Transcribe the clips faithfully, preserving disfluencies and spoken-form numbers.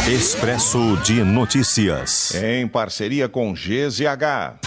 Expresso de Notícias. Em parceria com G Z H.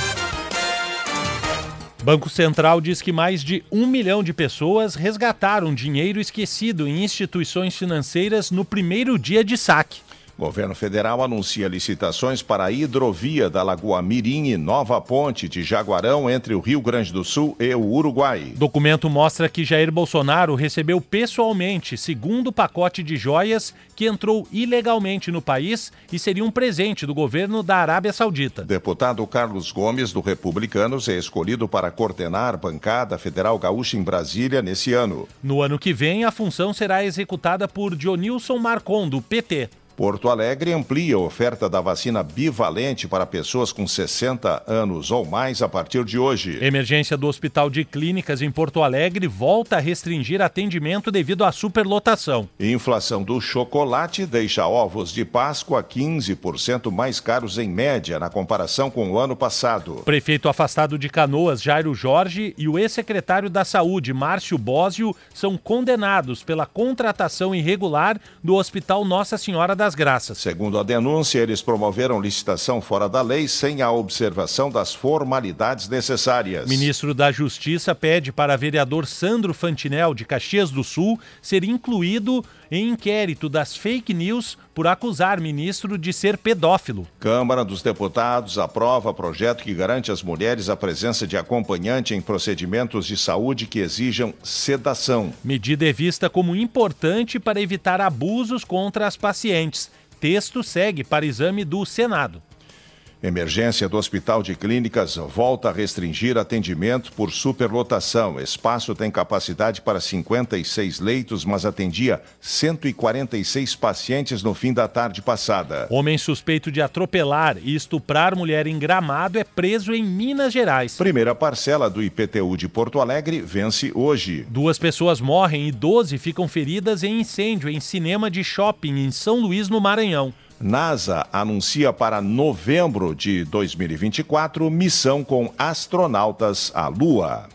Banco Central diz que mais de um milhão de pessoas resgataram dinheiro esquecido em instituições financeiras no primeiro dia de saque. Governo Federal anuncia licitações para a hidrovia da Lagoa Mirim e Nova Ponte de Jaguarão entre o Rio Grande do Sul e o Uruguai. Documento mostra que Jair Bolsonaro recebeu pessoalmente segundo pacote de joias que entrou ilegalmente no país e seria um presente do governo da Arábia Saudita. Deputado Carlos Gomes, do Republicanos, é escolhido para coordenar a bancada federal gaúcha em Brasília nesse ano. No ano que vem, a função será executada por Dionilson Marcon, do P T. Porto Alegre amplia a oferta da vacina bivalente para pessoas com sessenta anos ou mais a partir de hoje. Emergência do Hospital de Clínicas em Porto Alegre volta a restringir atendimento devido à superlotação. Inflação do chocolate deixa ovos de Páscoa quinze por cento mais caros em média na comparação com o ano passado. Prefeito afastado de Canoas, Jairo Jorge, e o ex-secretário da Saúde, Márcio Bósio, são condenados pela contratação irregular do Hospital Nossa Senhora das Graças. Segundo a denúncia, eles promoveram licitação fora da lei sem a observação das formalidades necessárias. Ministro da Justiça pede para vereador Sandro Fantinel, de Caxias do Sul, ser incluído em inquérito das fake news por acusar ministro de ser pedófilo. Câmara dos Deputados aprova projeto que garante às mulheres a presença de acompanhante em procedimentos de saúde que exijam sedação. Medida é vista como importante para evitar abusos contra as pacientes. Texto segue para exame do Senado. Emergência do Hospital de Clínicas volta a restringir atendimento por superlotação. Espaço tem capacidade para cinquenta e seis leitos, mas atendia cento e quarenta e seis pacientes no fim da tarde passada. Homem suspeito de atropelar e estuprar mulher em Gramado é preso em Minas Gerais. Primeira parcela do I P T U de Porto Alegre vence hoje. Duas pessoas morrem e doze ficam feridas em incêndio em cinema de shopping em São Luís, no Maranhão. NASA anuncia para novembro de dois mil e vinte e quatro missão com astronautas à Lua.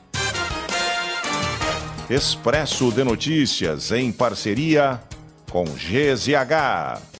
Expresso de Notícias em parceria com G Z H.